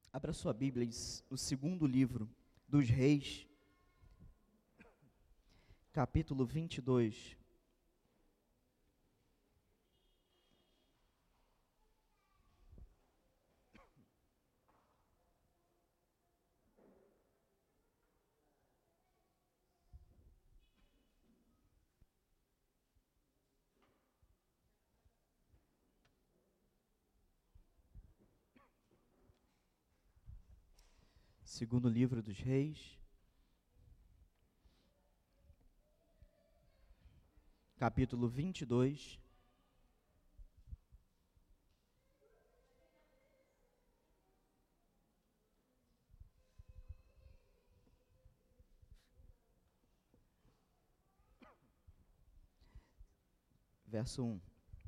Abra sua Bíblia no segundo livro dos Reis, capítulo 22. Segundo livro dos Reis, capítulo 22. Verso 1.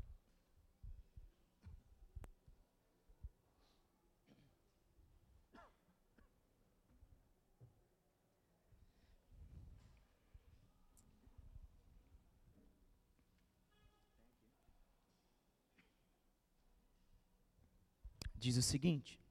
Diz o seguinte: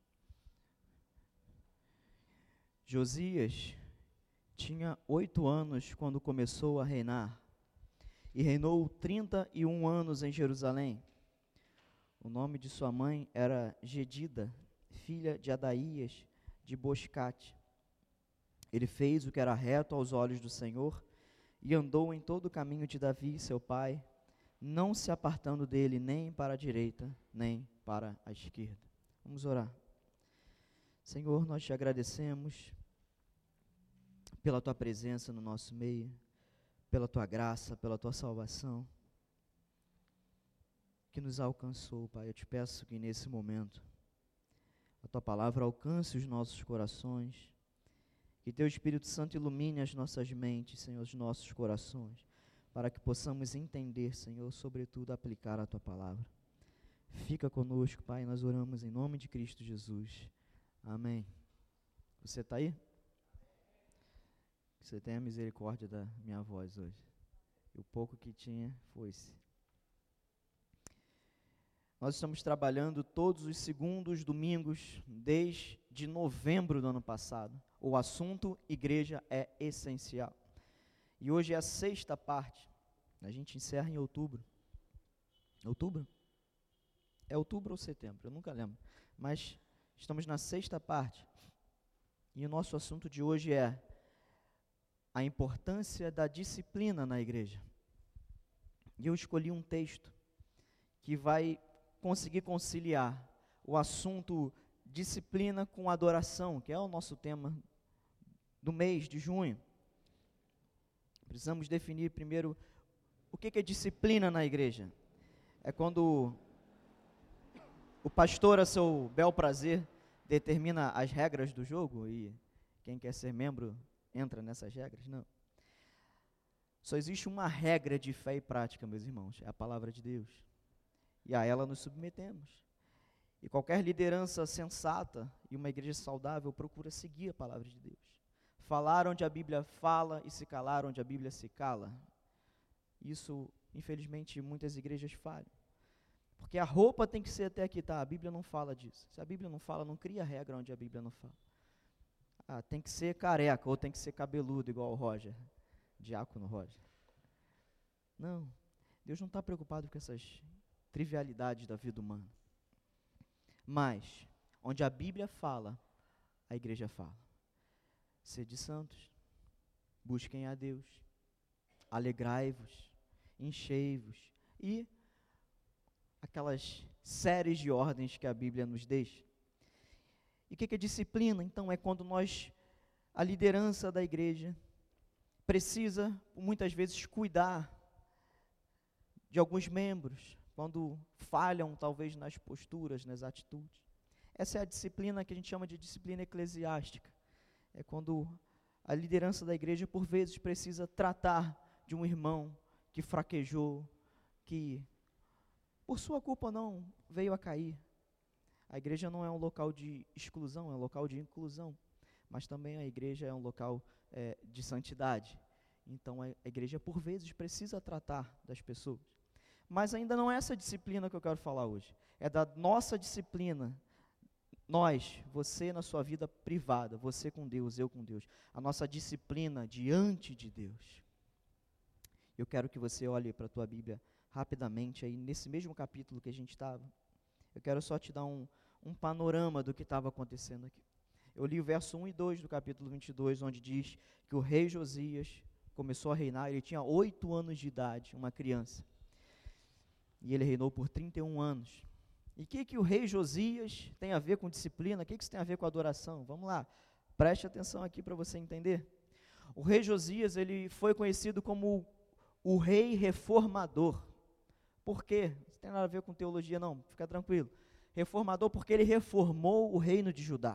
Josias tinha 8 anos quando começou a reinar, e reinou 31 anos em Jerusalém. O nome de sua mãe era Gedida, filha de Adaías de Boscate. Ele fez o que era reto aos olhos do Senhor e andou em todo o caminho de Davi, seu pai, não se apartando dele nem para a direita, nem para a esquerda. Vamos orar. Senhor, nós te agradecemos pela tua presença no nosso meio, pela tua graça, pela tua salvação, que nos alcançou, Pai. Eu te peço que nesse momento a tua palavra alcance os nossos corações, que teu Espírito Santo ilumine as nossas mentes, Senhor, os nossos corações, para que possamos entender, Senhor, sobretudo aplicar a tua palavra. Fica conosco, Pai, nós oramos em nome de Cristo Jesus. Amém. Você está aí? Que você tenha misericórdia da minha voz hoje. E o pouco que tinha, foi-se. Nós estamos trabalhando todos os segundos domingos desde novembro do ano passado. O assunto igreja é essencial. E hoje é a 6ª parte. A gente encerra em outubro. Outubro? É outubro ou setembro? Eu nunca lembro. Mas estamos na 6ª parte. E o nosso assunto de hoje é a importância da disciplina na igreja. E eu escolhi um texto que vai conseguir conciliar o assunto disciplina com adoração, que é o nosso tema do mês de junho. Precisamos definir primeiro o que é disciplina na igreja. É quando o pastor, a seu bel prazer, determina as regras do jogo e quem quer ser membro entra nessas regras? Não. Só existe uma regra de fé e prática, meus irmãos, é a palavra de Deus. E a ela nos submetemos. E qualquer liderança sensata e uma igreja saudável procura seguir a palavra de Deus. Falar onde a Bíblia fala e se calar onde a Bíblia se cala. Isso, infelizmente, muitas igrejas falham. Porque a roupa tem que ser até aqui, tá? A Bíblia não fala disso. Se a Bíblia não fala, não cria regra onde a Bíblia não fala. Ah, tem que ser careca ou tem que ser cabeludo, igual o Roger, diácono Roger. Não, Deus não está preocupado com essas trivialidades da vida humana. Mas, onde a Bíblia fala, a igreja fala. Sede santos, busquem a Deus, alegrai-vos, enchei-vos, e aquelas séries de ordens que a Bíblia nos deixa. E o que é disciplina? Então, é quando a liderança da igreja, precisa, muitas vezes, cuidar de alguns membros, quando falham, talvez, nas posturas, nas atitudes. Essa é a disciplina que a gente chama de disciplina eclesiástica. É quando a liderança da igreja, por vezes, precisa tratar de um irmão que fraquejou, que, por sua culpa, não veio a cair. A igreja não é um local de exclusão, é um local de inclusão. Mas também a igreja é um local de santidade. Então, a igreja, por vezes, precisa tratar das pessoas. Mas ainda não é essa disciplina que eu quero falar hoje. É da nossa disciplina nós, você na sua vida privada, você com Deus, eu com Deus, a nossa disciplina diante de Deus. Eu quero que você olhe para a tua Bíblia rapidamente, aí nesse mesmo capítulo que a gente estava. Eu quero só te dar um panorama do que estava acontecendo aqui. Eu li o verso 1 e 2 do capítulo 22, onde diz que o rei Josias começou a reinar, ele tinha 8 anos de idade, uma criança. E ele reinou por 31 anos. E o que o rei Josias tem a ver com disciplina? O que isso tem a ver com adoração? Vamos lá, preste atenção aqui para você entender. O rei Josias, ele foi conhecido como o rei reformador. Por quê? Não tem nada a ver com teologia não, fica tranquilo. Reformador porque ele reformou o reino de Judá.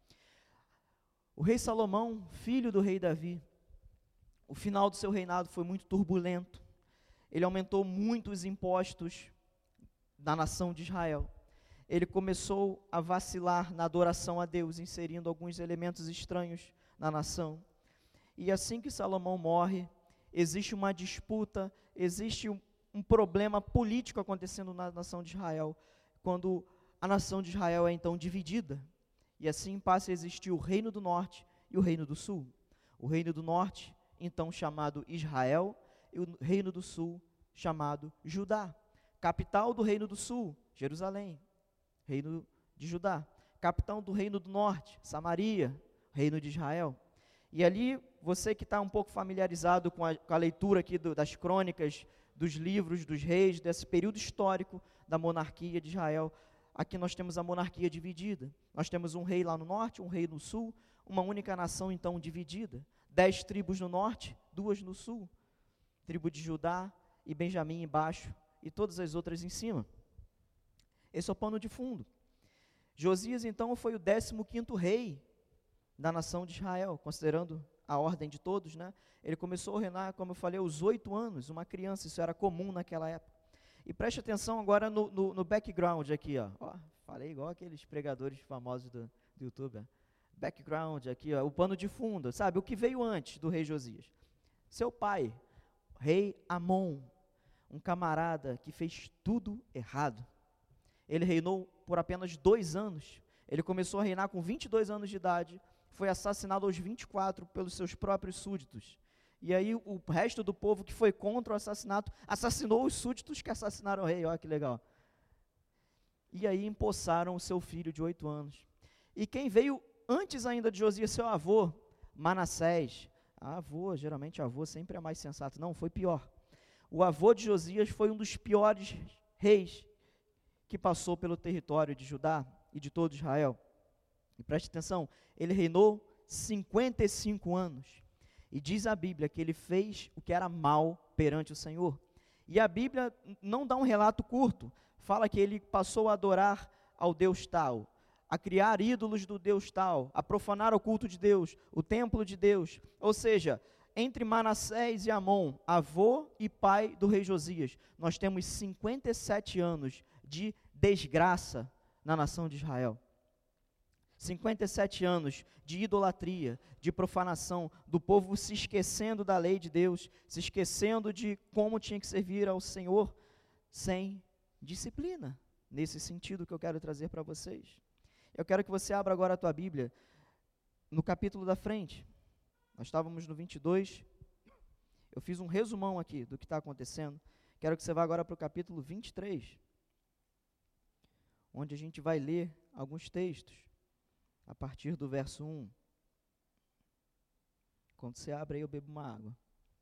O rei Salomão, filho do rei Davi, o final do seu reinado foi muito turbulento. Ele aumentou muito os impostos da nação de Israel. Ele começou a vacilar na adoração a Deus, inserindo alguns elementos estranhos na nação. E assim que Salomão morre, existe uma disputa, existe um problema político acontecendo na nação de Israel, quando a nação de Israel é então dividida. E assim passa a existir o reino do norte e o reino do sul. O reino do norte, então chamado Israel, e o reino do sul, chamado Judá. Capital do reino do sul, Jerusalém, reino de Judá. Capital do reino do norte, Samaria, reino de Israel. E ali, você que está um pouco familiarizado com a leitura aqui das crônicas, dos livros dos reis, desse período histórico da monarquia de Israel, aqui nós temos a monarquia dividida. Nós temos um rei lá no norte, um rei no sul, uma única nação então dividida. 10 tribos no norte, 2 no sul. Tribo de Judá e Benjamim embaixo e todas as outras em cima. Esse é o pano de fundo. Josias então foi o 15º rei da nação de Israel, considerando a ordem de todos, né? Ele começou a reinar, como eu falei, aos 8 anos, uma criança, isso era comum naquela época. E preste atenção agora no background aqui, ó. Falei igual aqueles pregadores famosos do YouTube. Background aqui, ó, o pano de fundo, sabe? O que veio antes do rei Josias? Seu pai, rei Amon, um camarada que fez tudo errado. Ele reinou por apenas 2 anos. Ele começou a reinar com 22 anos de idade, foi assassinado aos 24 pelos seus próprios súditos. E aí o resto do povo que foi contra o assassinato, assassinou os súditos que assassinaram o rei, olha que legal. E aí empossaram o seu filho de 8 anos. E quem veio antes ainda de Josias, seu avô, Manassés. Geralmente avô sempre é mais sensato. Não, foi pior. O avô de Josias foi um dos piores reis que passou pelo território de Judá e de todo Israel. E preste atenção, ele reinou 55 anos. E diz a Bíblia que ele fez o que era mal perante o Senhor. E a Bíblia não dá um relato curto, fala que ele passou a adorar ao Deus tal, a criar ídolos do Deus tal, a profanar o culto de Deus, o templo de Deus. Ou seja, entre Manassés e Amon, avô e pai do rei Josias, nós temos 57 anos de desgraça na nação de Israel. 57 anos de idolatria, de profanação, do povo se esquecendo da lei de Deus, se esquecendo de como tinha que servir ao Senhor, sem disciplina, nesse sentido que eu quero trazer para vocês. Eu quero que você abra agora a tua Bíblia, no capítulo da frente. Nós estávamos no 22, eu fiz um resumão aqui do que está acontecendo. Quero que você vá agora para o capítulo 23, onde a gente vai ler alguns textos, a partir do verso 1. Quando você abre aí, eu bebo uma água.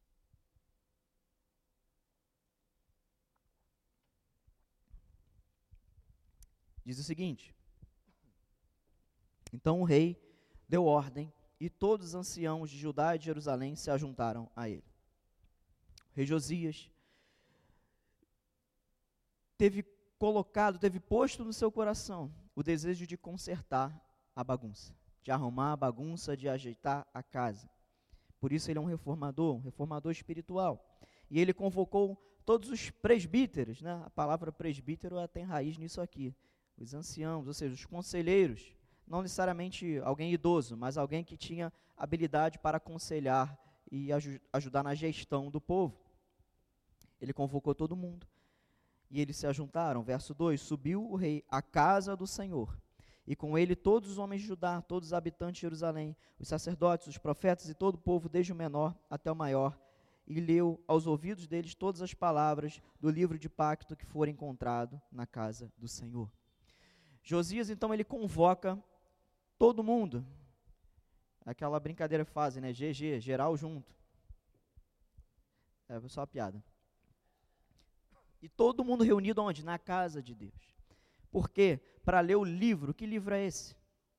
Diz o seguinte: então o rei deu ordem, e todos os anciãos de Judá e de Jerusalém se ajuntaram a ele. O rei Josias teve posto no seu coração o desejo de consertar a bagunça, de arrumar a bagunça, de ajeitar a casa. Por isso ele é um reformador espiritual. E ele convocou todos os presbíteros, né? A palavra presbítero tem raiz nisso aqui. Os anciãos, ou seja, os conselheiros, não necessariamente alguém idoso, mas alguém que tinha habilidade para aconselhar e ajudar na gestão do povo. Ele convocou todo mundo. E eles se ajuntaram, verso 2, subiu o rei à casa do Senhor, e com ele todos os homens de Judá, todos os habitantes de Jerusalém, os sacerdotes, os profetas e todo o povo, desde o menor até o maior, e leu aos ouvidos deles todas as palavras do livro de pacto que for encontrado na casa do Senhor. Josias, então, ele convoca todo mundo, aquela brincadeira que fazem, né, GG, geral junto, é só uma piada, e todo mundo reunido onde? Na casa de Deus. Por quê? Para ler o livro. Que livro é esse?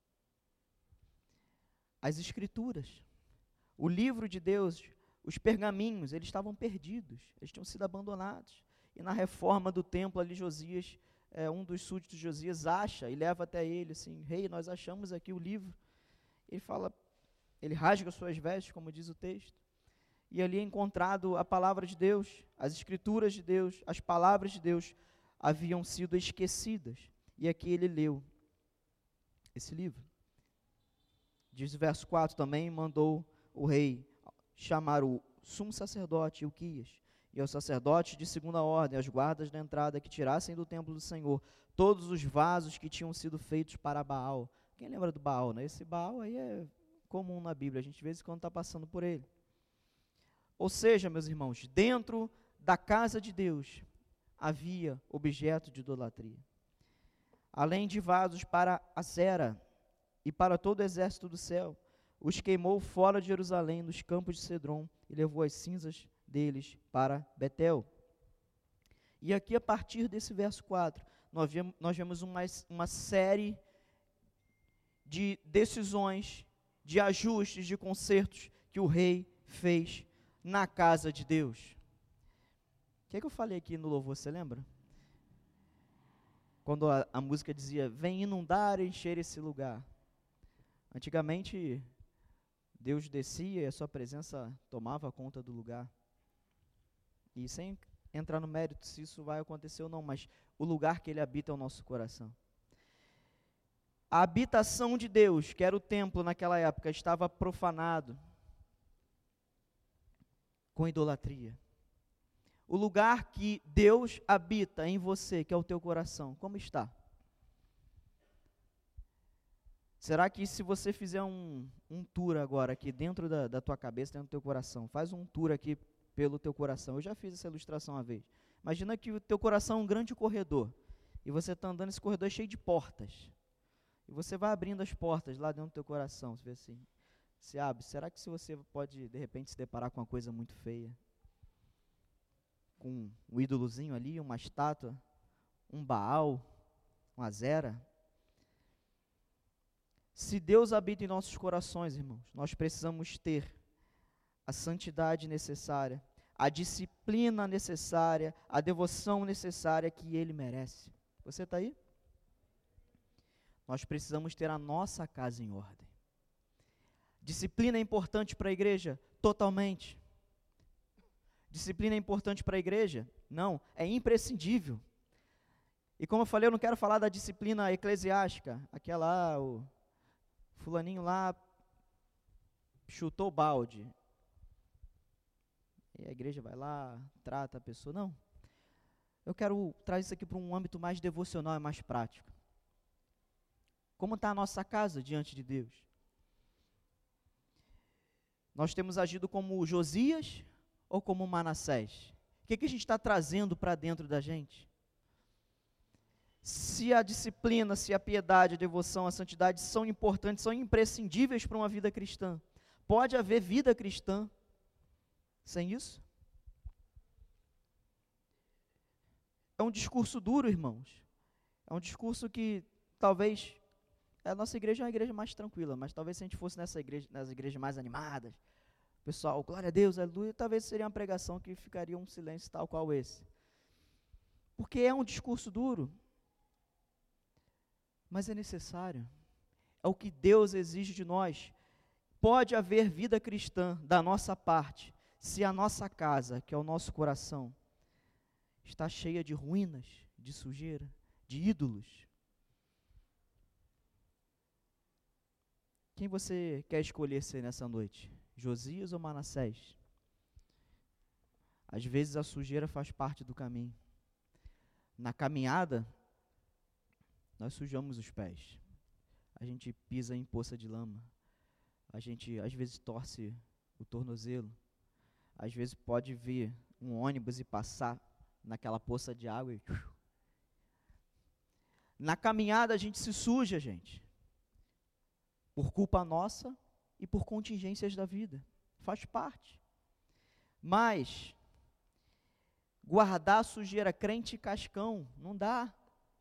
As Escrituras. O livro de Deus, os pergaminhos, eles estavam perdidos, eles tinham sido abandonados. E na reforma do templo ali, Josias, um dos súditos de Josias acha e leva até ele, assim, rei, nós achamos aqui o livro. Ele fala, ele rasga suas vestes, como diz o texto, e ali é encontrado a palavra de Deus, as Escrituras de Deus, as palavras de Deus haviam sido esquecidas. E aqui ele leu esse livro. Diz o verso 4, também mandou o rei chamar o sumo sacerdote Ilquias, e aos sacerdotes de segunda ordem, aos guardas da entrada, que tirassem do templo do Senhor todos os vasos que tinham sido feitos para Baal. Quem lembra do Baal, né? Esse Baal aí é comum na Bíblia, a gente vê isso quando está passando por ele. Ou seja, meus irmãos, dentro da casa de Deus havia objeto de idolatria. Além de vasos para Acera e para todo o exército do céu, os queimou fora de Jerusalém, nos campos de Cedron, e levou as cinzas deles para Betel. E aqui, a partir desse verso 4, nós vemos uma série de decisões, de ajustes, de consertos que o rei fez na casa de Deus. O que é que eu falei aqui no louvor, você lembra? Quando a música dizia, vem inundar e encher esse lugar. Antigamente, Deus descia e a sua presença tomava conta do lugar. E sem entrar no mérito se isso vai acontecer ou não, mas o lugar que ele habita é o nosso coração. A habitação de Deus, que era o templo naquela época, estava profanado com idolatria. O lugar que Deus habita em você, que é o teu coração, como está? Será que se você fizer um tour agora aqui dentro da tua cabeça, dentro do teu coração, faz um tour aqui pelo teu coração, eu já fiz essa ilustração uma vez, imagina que o teu coração é um grande corredor, e você está andando, esse corredor é cheio de portas, e você vai abrindo as portas lá dentro do teu coração, você vê assim, se abre, será que se você pode de repente se deparar com uma coisa muito feia, com um ídolozinho ali, uma estátua, um Baal, uma Azera? Se Deus habita em nossos corações, irmãos, nós precisamos ter a santidade necessária, a disciplina necessária, a devoção necessária que Ele merece. Você está aí? Nós precisamos ter a nossa casa em ordem. Disciplina é importante para a igreja? Totalmente. Disciplina é importante para a igreja? Não, é imprescindível. E como eu falei, eu não quero falar da disciplina eclesiástica, aquela lá, o fulaninho lá chutou o balde, e a igreja vai lá, trata a pessoa. Não, eu quero trazer isso aqui para um âmbito mais devocional e mais prático. Como está a nossa casa diante de Deus? Nós temos agido como Josias ou como Manassés? O que a gente está trazendo para dentro da gente? Se a disciplina, se a piedade, a devoção, a santidade são importantes, são imprescindíveis para uma vida cristã, pode haver vida cristã sem isso? É um discurso duro, irmãos. É um discurso que talvez a nossa igreja é uma igreja mais tranquila, mas talvez se a gente fosse nas igrejas mais animadas, pessoal, glória a Deus, aleluia, talvez seria uma pregação que ficaria um silêncio tal qual esse. Porque é um discurso duro, mas é necessário. É o que Deus exige de nós. Pode haver vida cristã da nossa parte, se a nossa casa, que é o nosso coração, está cheia de ruínas, de sujeira, de ídolos. Quem você quer escolher ser nessa noite? Josias ou Manassés? Às vezes a sujeira faz parte do caminho. Na caminhada, nós sujamos os pés. a gente pisa em poça de lama, a gente às vezes torce o tornozelo, às vezes pode vir um ônibus e passar naquela poça de água e... Na caminhada a gente se suja, gente, por culpa nossa e por contingências da vida, faz parte. Mas guardar a sujeira crente e cascão, não dá.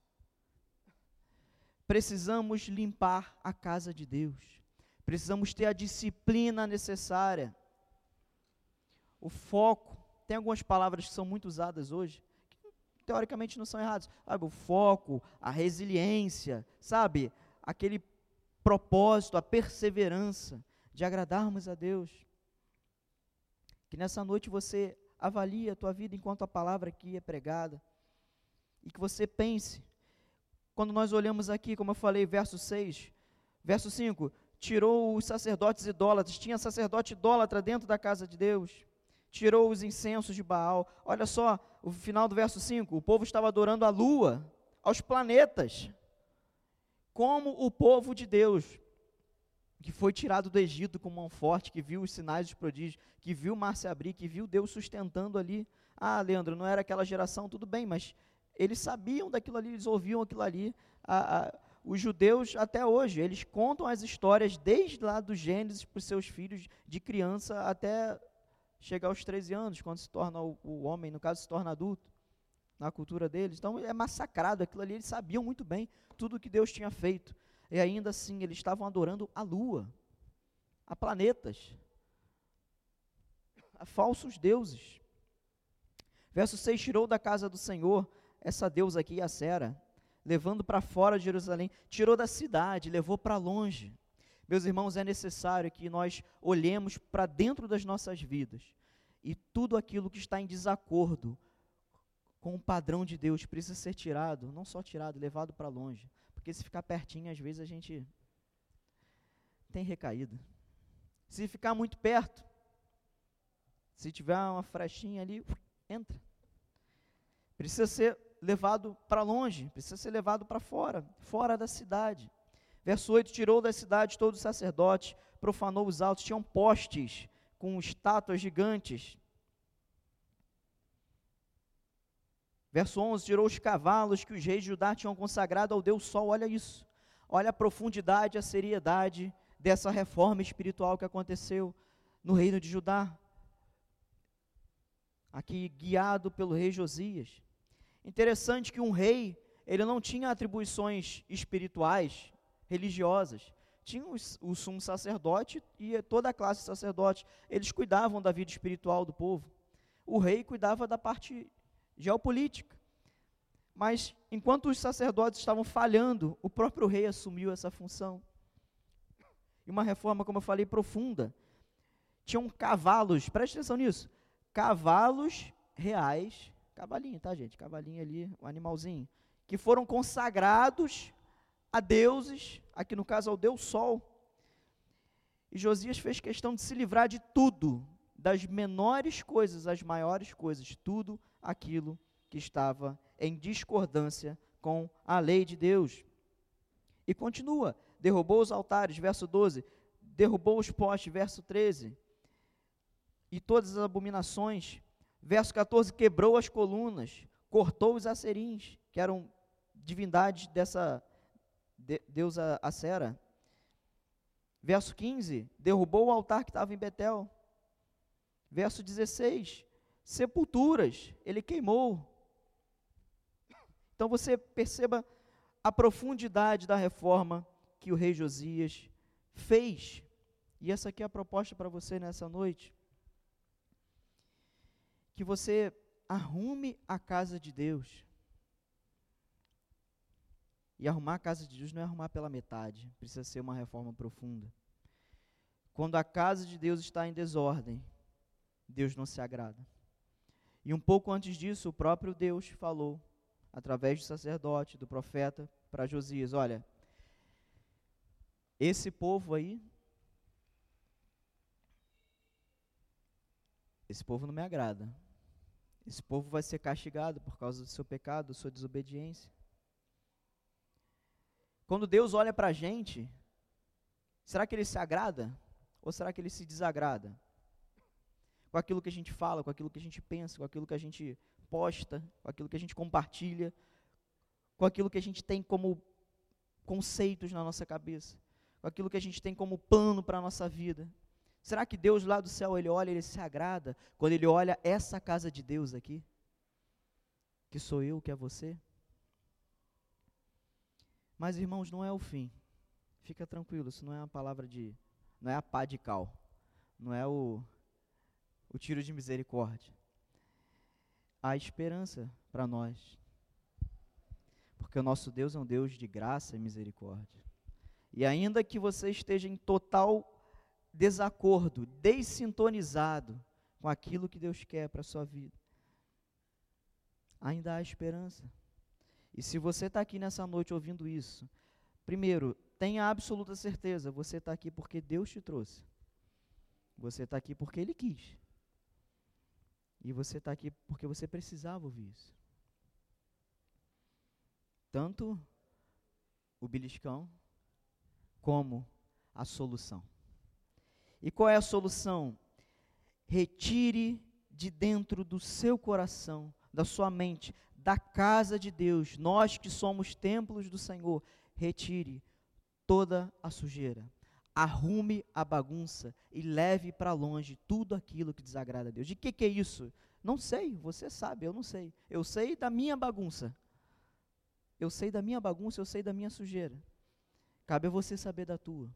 Precisamos limpar a casa de Deus, precisamos ter a disciplina necessária, o foco. Tem algumas palavras que são muito usadas hoje, que teoricamente não são erradas, sabe? O foco, a resiliência, sabe? Aquele propósito, a perseverança de agradarmos a Deus. Que nessa noite você avalie a tua vida enquanto a palavra aqui é pregada, e que você pense, quando nós olhamos aqui, como eu falei, verso 6, verso 5, tirou os sacerdotes idólatras, tinha sacerdote idólatra dentro da casa de Deus, tirou os incensos de Baal. Olha só, o final do verso 5, o povo estava adorando a lua, aos planetas, como o povo de Deus, que foi tirado do Egito com mão forte, que viu os sinais dos prodígios, que viu o mar se abrir, que viu Deus sustentando ali. Ah, Leandro, não era aquela geração, tudo bem, mas eles sabiam daquilo ali, eles ouviam aquilo ali. Os judeus, até hoje, eles contam as histórias desde lá do Gênesis para os seus filhos, de criança até chegar aos 13 anos, quando se torna o homem, no caso, se torna adulto, na cultura deles. Então, é massacrado aquilo ali, eles sabiam muito bem tudo o que Deus tinha feito. E ainda assim, eles estavam adorando a lua, a planetas, a falsos deuses. Verso 6, tirou da casa do Senhor, essa deusa aqui, Acera, levando para fora de Jerusalém, tirou da cidade, levou para longe. Meus irmãos, é necessário que nós olhemos para dentro das nossas vidas, e tudo aquilo que está em desacordo com o padrão de Deus precisa ser tirado, não só tirado, levado para longe. Porque se ficar pertinho, às vezes a gente tem recaída. Se ficar muito perto, se tiver uma frechinha ali, entra. Precisa ser levado para longe, precisa ser levado para fora, fora da cidade. Verso 8, tirou da cidade todos os sacerdotes, profanou os altos, tinham postes com estátuas gigantes. Verso 11, tirou os cavalos que os reis de Judá tinham consagrado ao Deus Sol. Olha isso, olha a profundidade, a seriedade dessa reforma espiritual que aconteceu no reino de Judá, aqui guiado pelo rei Josias. Interessante que um rei, ele não tinha atribuições espirituais, religiosas, tinha o sumo sacerdote e toda a classe de sacerdotes, eles cuidavam da vida espiritual do povo. O rei cuidava da parte geopolítica, mas enquanto os sacerdotes estavam falhando, o próprio rei assumiu essa função. E uma reforma, como eu falei, profunda. Tinham cavalos, preste atenção nisso, cavalos reais, cavalinho, tá gente, cavalinho ali, um animalzinho, que foram consagrados a deuses, aqui no caso ao Deus Sol. E Josias fez questão de se livrar de tudo, das menores coisas às maiores coisas, tudo aquilo que estava em discordância com a lei de Deus. E continua, derrubou os altares, verso 12, derrubou os postes, verso 13, e todas as abominações, verso 14, quebrou as colunas, cortou os acerins, que eram divindades dessa deusa Acera. Verso 15, derrubou o altar que estava em Betel. Verso 16, sepulturas, ele queimou. Então você perceba a profundidade da reforma que o rei Josias fez. E essa aqui é a proposta para você nessa noite. Que você arrume a casa de Deus. E arrumar a casa de Deus não é arrumar pela metade, precisa ser uma reforma profunda. Quando a casa de Deus está em desordem, Deus não se agrada. E um pouco antes disso, o próprio Deus falou, através do sacerdote, do profeta, para Josias, olha, esse povo aí, esse povo não me agrada. Esse povo vai ser castigado por causa do seu pecado, da sua desobediência. Quando Deus olha para a gente, será que Ele se agrada? Ou será que Ele se desagrada? Com aquilo que a gente fala, com aquilo que a gente pensa, com aquilo que a gente posta, com aquilo que a gente compartilha, com aquilo que a gente tem como conceitos na nossa cabeça, com aquilo que a gente tem como plano para a nossa vida. Será que Deus lá do céu, Ele olha, Ele se agrada quando Ele olha essa casa de Deus aqui? Que sou eu, que é você? Mas, irmãos, não é o fim. Fica tranquilo, isso não é uma palavra não é a pá de cal, não é o tiro de misericórdia. Há esperança para nós, porque o nosso Deus é um Deus de graça e misericórdia. E ainda que você esteja em total desacordo, dessintonizado com aquilo que Deus quer para a sua vida, ainda há esperança. E se você está aqui nessa noite ouvindo isso, primeiro, tenha absoluta certeza, você está aqui porque Deus te trouxe. Você está aqui porque Ele quis. E você está aqui porque você precisava ouvir isso. Tanto o beliscão como a solução. E qual é a solução? Retire de dentro do seu coração, da sua mente, da casa de Deus, nós que somos templos do Senhor, retire toda a sujeira, arrume a bagunça e leve para longe tudo aquilo que desagrada a Deus. De que é isso? Não sei, você sabe, eu não sei. Eu sei da minha bagunça. Eu sei da minha bagunça, eu sei da minha sujeira. Cabe a você saber da tua.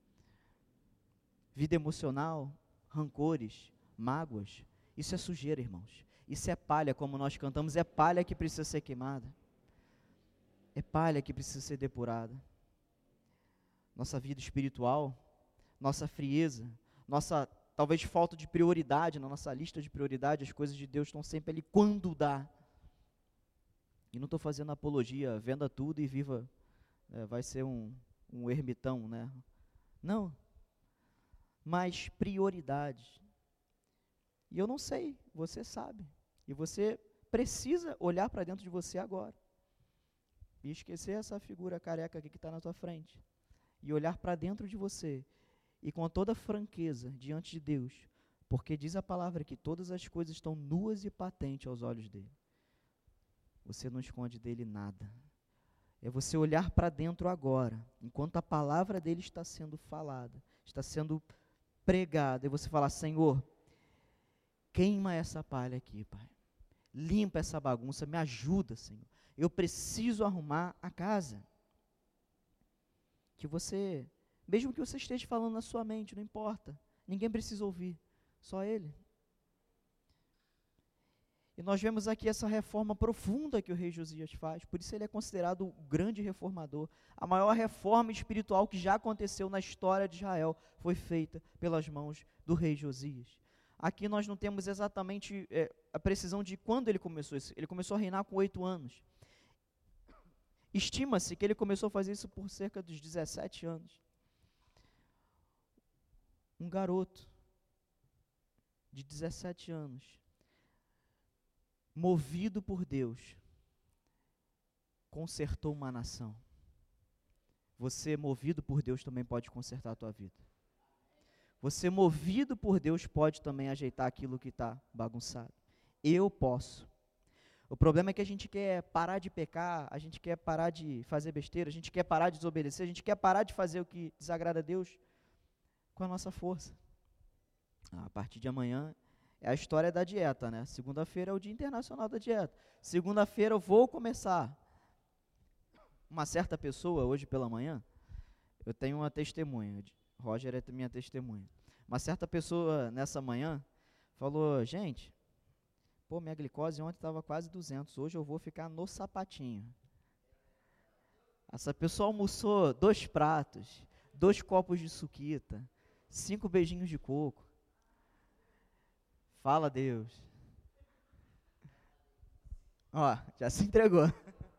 Vida emocional, rancores, mágoas, isso é sujeira, irmãos. Isso é palha, como nós cantamos, é palha que precisa ser queimada. É palha que precisa ser depurada. Nossa vida espiritual, nossa frieza, nossa talvez falta de prioridade, na nossa lista de prioridade, as coisas de Deus estão sempre ali quando dá. E não estou fazendo apologia, venda tudo e viva, vai ser um ermitão, né? Não. Mas prioridades. E eu não sei, você sabe. E você precisa olhar para dentro de você agora. E esquecer essa figura careca aqui que está na tua frente. E olhar para dentro de você. E com toda franqueza diante de Deus. Porque diz a palavra que todas as coisas estão nuas e patentes aos olhos dele. Você não esconde dele nada. É você olhar para dentro agora, enquanto a palavra dele está sendo falada, está sendo pregada, e você falar: Senhor, queima essa palha aqui, Pai. Limpa essa bagunça, me ajuda, Senhor. Eu preciso arrumar a casa. Que você, mesmo que você esteja falando na sua mente, não importa. Ninguém precisa ouvir, só Ele. E nós vemos aqui essa reforma profunda que o rei Josias faz, por isso ele é considerado o grande reformador. A maior reforma espiritual que já aconteceu na história de Israel foi feita pelas mãos do rei Josias. Aqui nós não temos exatamente a precisão de quando ele começou isso. Ele começou a reinar com 8 anos. Estima-se que ele começou a fazer isso por cerca dos 17 anos. Um garoto de 17 anos, movido por Deus, consertou uma nação. Você, movido por Deus, também pode consertar a tua vida. Você, movido por Deus, pode também ajeitar aquilo que está bagunçado. Eu posso. O problema é que a gente quer parar de pecar, a gente quer parar de fazer besteira, a gente quer parar de desobedecer, a gente quer parar de fazer o que desagrada a Deus com a nossa força. A partir de amanhã é a história da dieta, né? Segunda-feira é o Dia Internacional da Dieta. Segunda-feira eu vou começar. Uma certa pessoa, hoje pela manhã, eu tenho uma testemunha, Roger é minha testemunha. Uma certa pessoa nessa manhã falou: gente, minha glicose ontem estava quase 200, hoje eu vou ficar no sapatinho. Essa pessoa almoçou 2 pratos, 2 copos de suquita, 5 beijinhos de coco. Fala, Deus. Ó, já se entregou.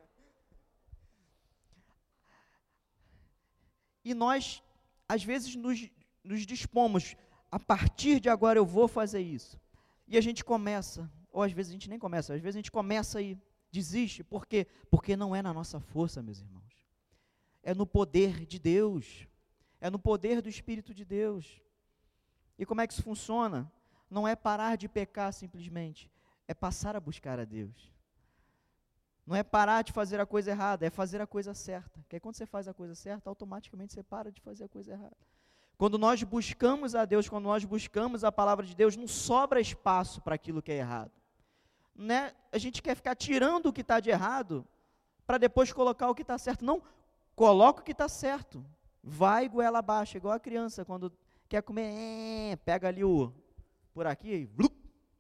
E nós, às vezes, nos dispomos, a partir de agora eu vou fazer isso. E a gente começa, ou às vezes a gente nem começa, às vezes a gente começa e desiste. Por quê? Porque não é na nossa força, meus irmãos. é no poder de Deus, é no poder do Espírito de Deus. E como é que isso funciona? Não é parar de pecar simplesmente, é passar a buscar a Deus. Não é parar de fazer a coisa errada, é fazer a coisa certa. Porque quando você faz a coisa certa, automaticamente você para de fazer a coisa errada. Quando nós buscamos a Deus, quando nós buscamos a palavra de Deus, não sobra espaço para aquilo que é errado. Né? A gente quer ficar tirando o que está de errado, para depois colocar o que está certo. Não, coloca o que está certo. Vai goela abaixo, igual a criança, quando quer comer, pega ali por aqui e blup.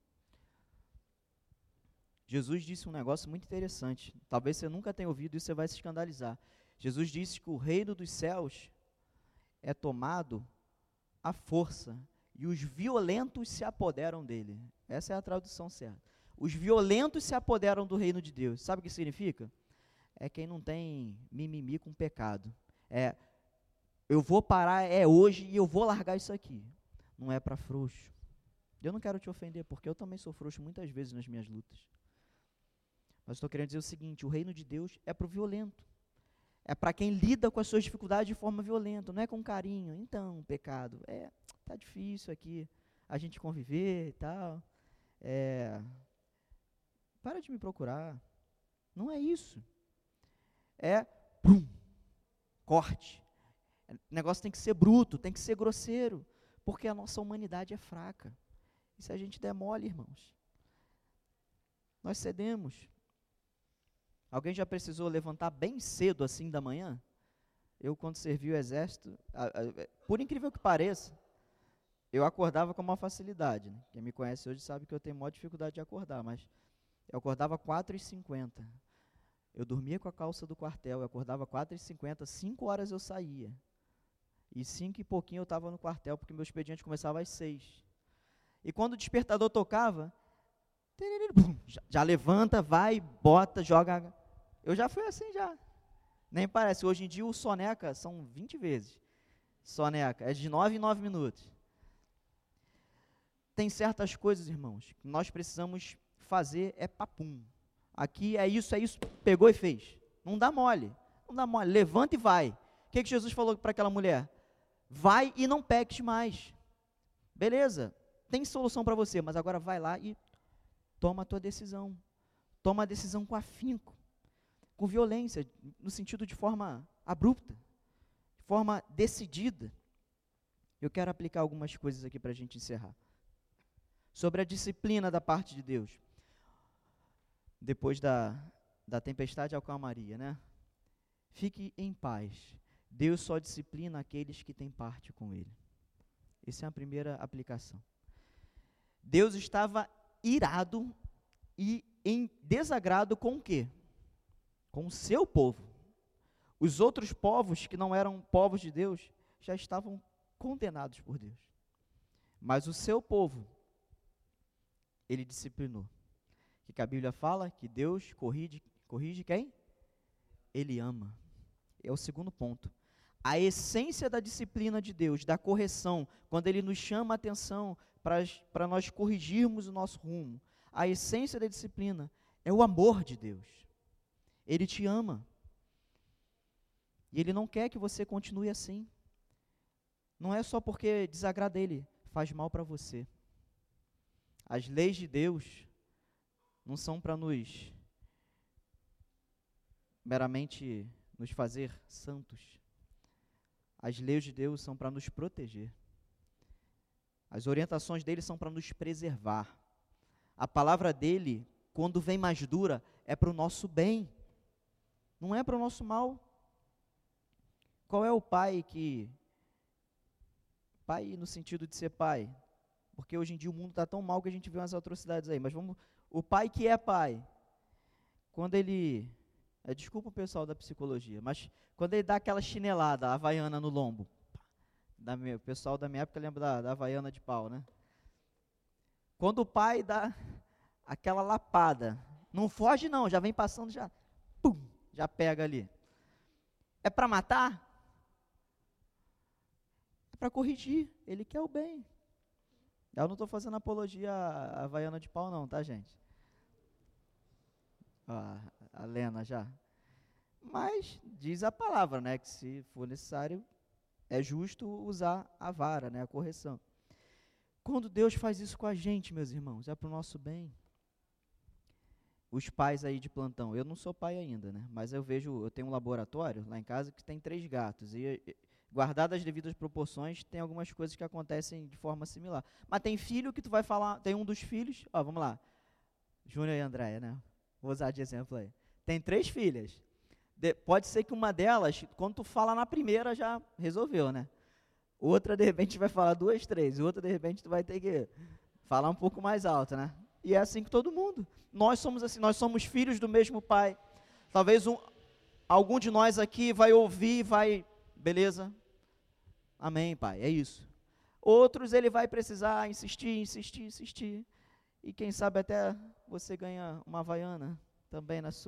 Jesus disse um negócio muito interessante. Talvez você nunca tenha ouvido e você vai se escandalizar. Jesus disse que o reino dos céus é tomado à força e os violentos se apoderam dele. Essa é a tradução certa. Os violentos se apoderam do reino de Deus. Sabe o que significa? É quem não tem mimimi com pecado. Eu vou parar, hoje, e eu vou largar isso aqui. Não é para frouxo. Eu não quero te ofender, porque eu também sou frouxo muitas vezes nas minhas lutas. Mas estou querendo dizer o seguinte, o reino de Deus é para o violento. É para quem lida com as suas dificuldades de forma violenta, não é com carinho. Então, pecado, tá difícil aqui a gente conviver e tal. Para de me procurar. Não é isso. Corte. O negócio tem que ser bruto, tem que ser grosseiro, porque a nossa humanidade é fraca. E se a gente der mole, irmãos, nós cedemos. Alguém já precisou levantar bem cedo assim da manhã? Eu, quando servi o exército, por incrível que pareça, eu acordava com uma facilidade. Né? Quem me conhece hoje sabe que eu tenho maior dificuldade de acordar, mas eu acordava 4h50. Eu dormia com a calça do quartel, eu acordava 4h50, 5 horas eu saía. E 5 e pouquinho eu estava no quartel, porque meu expediente começava às 6. E quando o despertador tocava, já levanta, vai, bota, joga. Eu já fui assim já. Nem parece. Hoje em dia o soneca são 20 vezes. Soneca, é de 9 em 9 minutos. Tem certas coisas, irmãos, que nós precisamos fazer, papum. Aqui é isso, pegou e fez. Não dá mole, levanta e vai. O que Jesus falou para aquela mulher? Vai e não peques mais. Beleza, tem solução para você, mas agora vai lá e toma a tua decisão. Toma a decisão com afinco, com violência, no sentido de forma abrupta, de forma decidida. Eu quero aplicar algumas coisas aqui para a gente encerrar. Sobre a disciplina da parte de Deus. Depois da tempestade, a calmaria, né? Fique em paz. Deus só disciplina aqueles que têm parte com Ele. Essa é a primeira aplicação. Deus estava irado e em desagrado com o quê? Com o seu povo. Os outros povos que não eram povos de Deus já estavam condenados por Deus. Mas o seu povo, Ele disciplinou. Que a Bíblia fala que Deus corrige quem? Ele ama. É o segundo ponto. A essência da disciplina de Deus, da correção, quando Ele nos chama a atenção para nós corrigirmos o nosso rumo, a essência da disciplina é o amor de Deus. Ele te ama. E Ele não quer que você continue assim. Não é só porque desagrada Ele, faz mal para você. As leis de Deus não são para meramente nos fazer santos. As leis de Deus são para nos proteger. As orientações dele são para nos preservar. A palavra dele, quando vem mais dura, é para o nosso bem, não é para o nosso mal. Qual é o pai no sentido de ser pai? Porque hoje em dia o mundo está tão mal que a gente vê umas atrocidades aí, mas o pai que é pai, quando ele, desculpa o pessoal da psicologia, mas quando ele dá aquela chinelada havaiana no lombo, o pessoal da minha época lembra da havaiana de pau, né? Quando o pai dá aquela lapada, não foge não, já vem passando, já pega ali. É para matar? É para corrigir, ele quer o bem. Eu não estou fazendo apologia à havaiana de pau não, tá, gente? A Lena já. Mas diz a palavra, né, que se for necessário, é justo usar a vara, né, a correção. Quando Deus faz isso com a gente, meus irmãos, é para o nosso bem. Os pais aí de plantão, eu não sou pai ainda, né, mas eu tenho um laboratório lá em casa que tem 3 gatos, guardadas as devidas proporções, tem algumas coisas que acontecem de forma similar. Mas tem filho que tu vai falar, tem um dos filhos, ó, vamos lá, Júnior e Andréia, né, vou usar de exemplo aí. Tem 3 filhas. Pode ser que uma delas, quando tu fala na primeira, já resolveu, né? Outra, de repente, vai falar 2, 3. Outra, de repente, tu vai ter que falar um pouco mais alto, né? E é assim com todo mundo. Nós somos assim, nós somos filhos do mesmo pai. Talvez algum de nós aqui vai ouvir, beleza? Amém, pai, é isso. Outros, ele vai precisar insistir. E quem sabe até você ganha uma havaiana também nas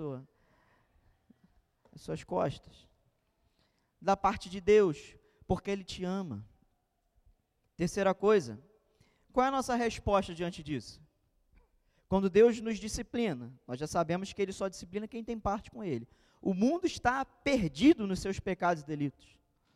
suas costas. Da parte de Deus, porque Ele te ama. Terceira coisa, qual é a nossa resposta diante disso? Quando Deus nos disciplina, nós já sabemos que Ele só disciplina quem tem parte com Ele. O mundo está perdido nos seus pecados e delitos.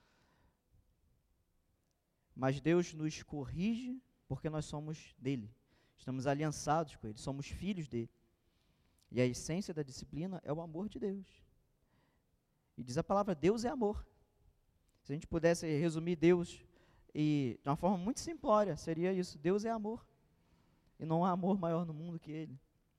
Mas Deus nos corrige porque nós somos dele. Estamos aliançados com Ele, somos filhos dele. E a essência da disciplina é o amor de Deus. E diz a palavra, Deus é amor. Se a gente pudesse resumir Deus de uma forma muito simplória, seria isso, Deus é amor. E não há amor maior no mundo que Ele.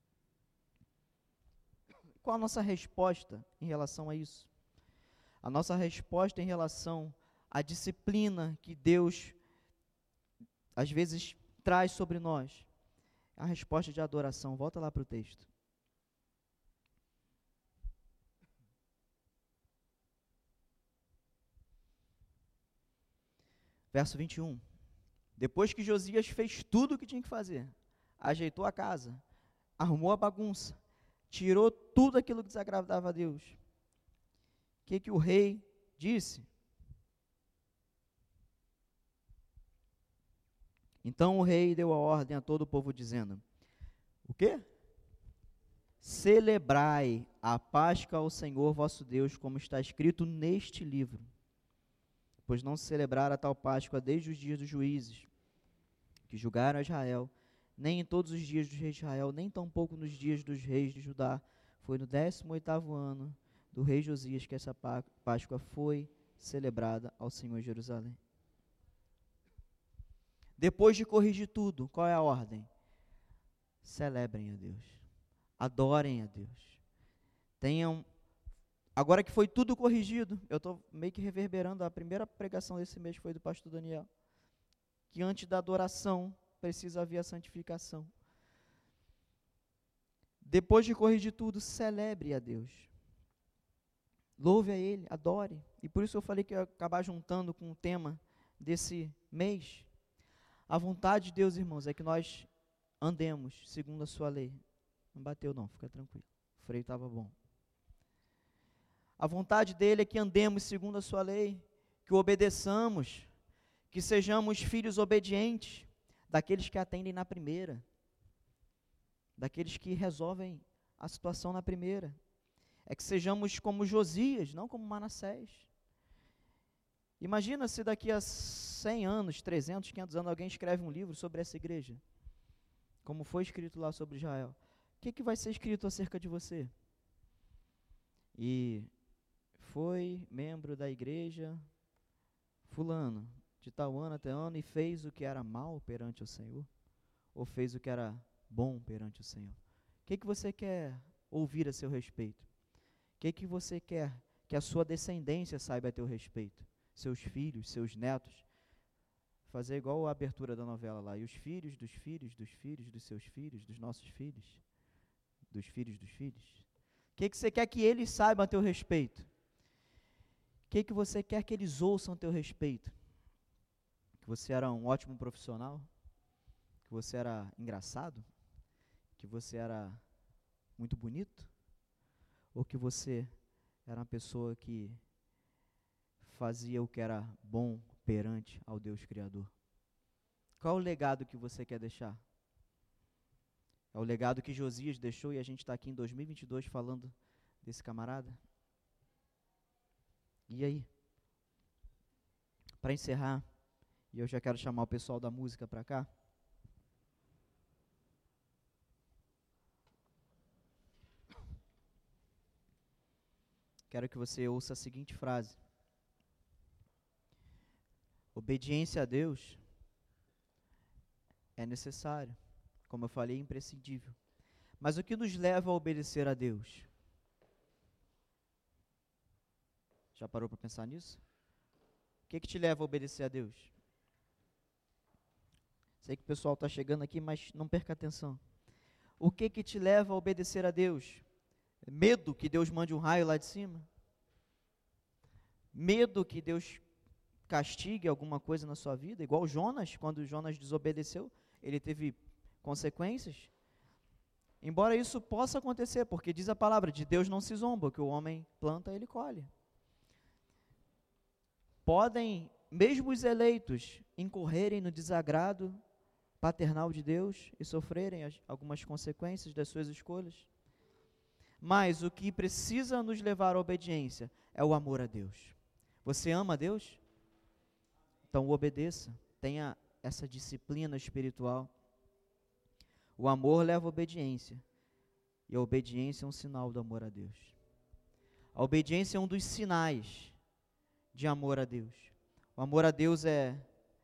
Qual a nossa resposta em relação a isso? A nossa resposta em relação à disciplina que Deus, às vezes, traz sobre nós, é a resposta de adoração. Volta lá para o texto. Verso 21. Depois que Josias fez tudo o que tinha que fazer, ajeitou a casa, arrumou a bagunça, tirou tudo aquilo que desagradava a Deus, o que o rei disse? Então o rei deu a ordem a todo o povo dizendo, o quê? Celebrai a Páscoa ao Senhor vosso Deus, como está escrito neste livro. Pois não se celebrara tal Páscoa desde os dias dos juízes, que julgaram Israel, nem em todos os dias dos reis de Israel, nem tampouco nos dias dos reis de Judá. Foi no 18º ano do rei Josias que essa Páscoa foi celebrada ao Senhor em Jerusalém. Depois de corrigir tudo, qual é a ordem? Celebrem a Deus, adorem a Deus, agora que foi tudo corrigido, eu estou meio que reverberando, a primeira pregação desse mês foi do pastor Daniel, que antes da adoração precisa haver a santificação. Depois de corrigir tudo, celebre a Deus, louve a Ele, adore, e por isso eu falei que eu ia acabar juntando com o tema desse mês. A vontade de Deus, irmãos, é que nós andemos segundo a sua lei. Não bateu não, fica tranquilo, o freio estava bom. A vontade dele é que andemos segundo a sua lei, que o obedeçamos, que sejamos filhos obedientes, daqueles que atendem na primeira, daqueles que resolvem a situação na primeira. É que sejamos como Josias, não como Manassés. Imagina se daqui a 100 anos, 300, 500 anos, alguém escreve um livro sobre essa igreja, como foi escrito lá sobre Israel. O que vai ser escrito acerca de você? E foi membro da igreja fulano, de tal ano até ano, e fez o que era mal perante o Senhor, ou fez o que era bom perante o Senhor? O que você quer ouvir a seu respeito? O que você quer que a sua descendência saiba a teu respeito? Seus filhos, seus netos? Fazer igual a abertura da novela lá, e os filhos dos filhos dos filhos dos seus filhos, dos nossos filhos, dos filhos dos filhos. O que você quer que eles saibam a teu respeito? O que você quer que eles ouçam a teu respeito? Que você era um ótimo profissional? Que você era engraçado? Que você era muito bonito? Ou que você era uma pessoa que fazia o que era bom perante ao Deus Criador? Qual é o legado que você quer deixar? É o legado que Josias deixou e a gente está aqui em 2022 falando desse camarada? E aí? Para encerrar, e eu já quero chamar o pessoal da música para cá. Quero que você ouça a seguinte frase: obediência a Deus é necessário, como eu falei, imprescindível. Mas o que nos leva a obedecer a Deus? Já parou para pensar nisso? O que te leva a obedecer a Deus? Sei que o pessoal está chegando aqui, mas não perca atenção. O que te leva a obedecer a Deus? Medo que Deus mande um raio lá de cima? Medo que Deus castigue alguma coisa na sua vida? Igual Jonas, quando Jonas desobedeceu, ele teve consequências. Embora isso possa acontecer, porque diz a palavra, de Deus não se zomba, que o homem planta, ele colhe. Podem, mesmo os eleitos, incorrerem no desagrado paternal de Deus e sofrerem algumas consequências das suas escolhas. Mas o que precisa nos levar à obediência é o amor a Deus. Você ama a Deus? Então obedeça, tenha essa disciplina espiritual. O amor leva à obediência, e a obediência é um sinal do amor a Deus. A obediência é um dos sinais de amor a Deus. O amor a Deus é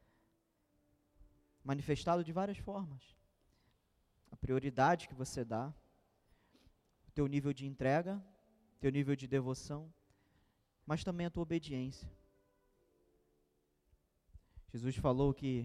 manifestado de várias formas. A prioridade que você dá, o teu nível de entrega, o teu nível de devoção, mas também a tua obediência. Jesus falou que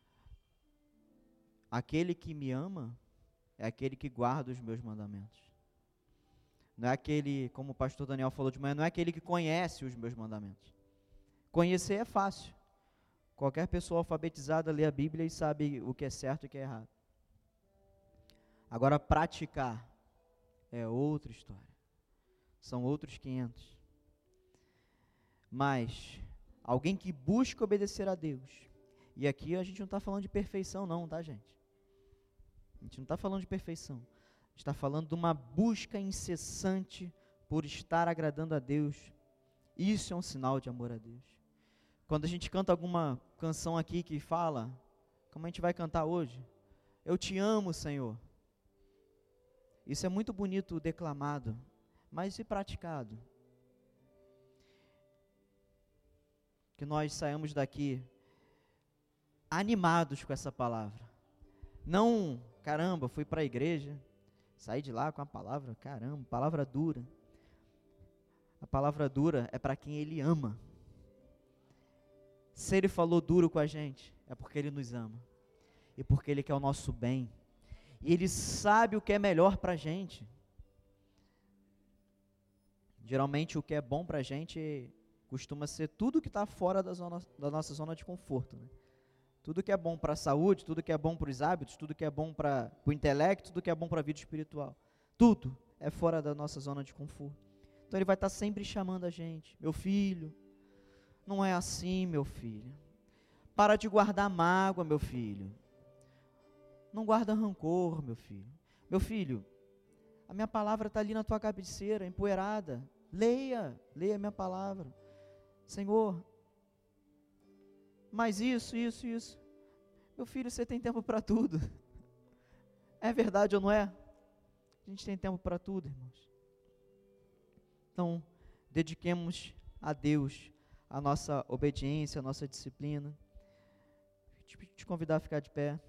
aquele que me ama é aquele que guarda os meus mandamentos. Não é aquele, como o pastor Daniel falou de manhã, não é aquele que conhece os meus mandamentos. Conhecer é fácil. Qualquer pessoa alfabetizada lê a Bíblia e sabe o que é certo e o que é errado. Agora, praticar é outra história. São outros 500. Mas, alguém que busca obedecer a Deus, e aqui a gente não está falando de perfeição não, tá, gente? A gente não está falando de perfeição. A gente está falando de uma busca incessante por estar agradando a Deus. Isso é um sinal de amor a Deus. Quando a gente canta alguma canção aqui que fala, como a gente vai cantar hoje? Eu te amo, Senhor. Isso é muito bonito declamado, mas e praticado? Que nós saímos daqui animados com essa palavra. Não, caramba, fui para a igreja, saí de lá com a palavra, caramba, palavra dura. A palavra dura é para quem Ele ama. Se Ele falou duro com a gente, é porque Ele nos ama. E porque Ele quer o nosso bem. E Ele sabe o que é melhor para a gente. Geralmente o que é bom para a gente costuma ser tudo que está fora da nossa zona de conforto, né? Tudo que é bom para a saúde, tudo que é bom para os hábitos, tudo que é bom para o intelecto, tudo que é bom para a vida espiritual. Tudo é fora da nossa zona de conforto. Então Ele vai estar sempre chamando a gente. Meu filho, não é assim, meu filho. Para de guardar mágoa, meu filho. Não guarda rancor, meu filho. Meu filho, a minha palavra está ali na tua cabeceira, empoeirada. Leia a minha palavra. Senhor, mas isso. Meu filho, você tem tempo para tudo. É verdade ou não é? A gente tem tempo para tudo, irmãos. Então, dediquemos a Deus a nossa obediência, a nossa disciplina. Te convidar a ficar de pé.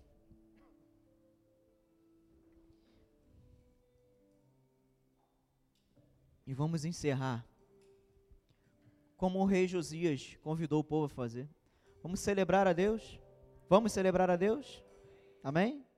E vamos encerrar como o rei Josias convidou o povo a fazer. Vamos celebrar a Deus? Vamos celebrar a Deus? Amém?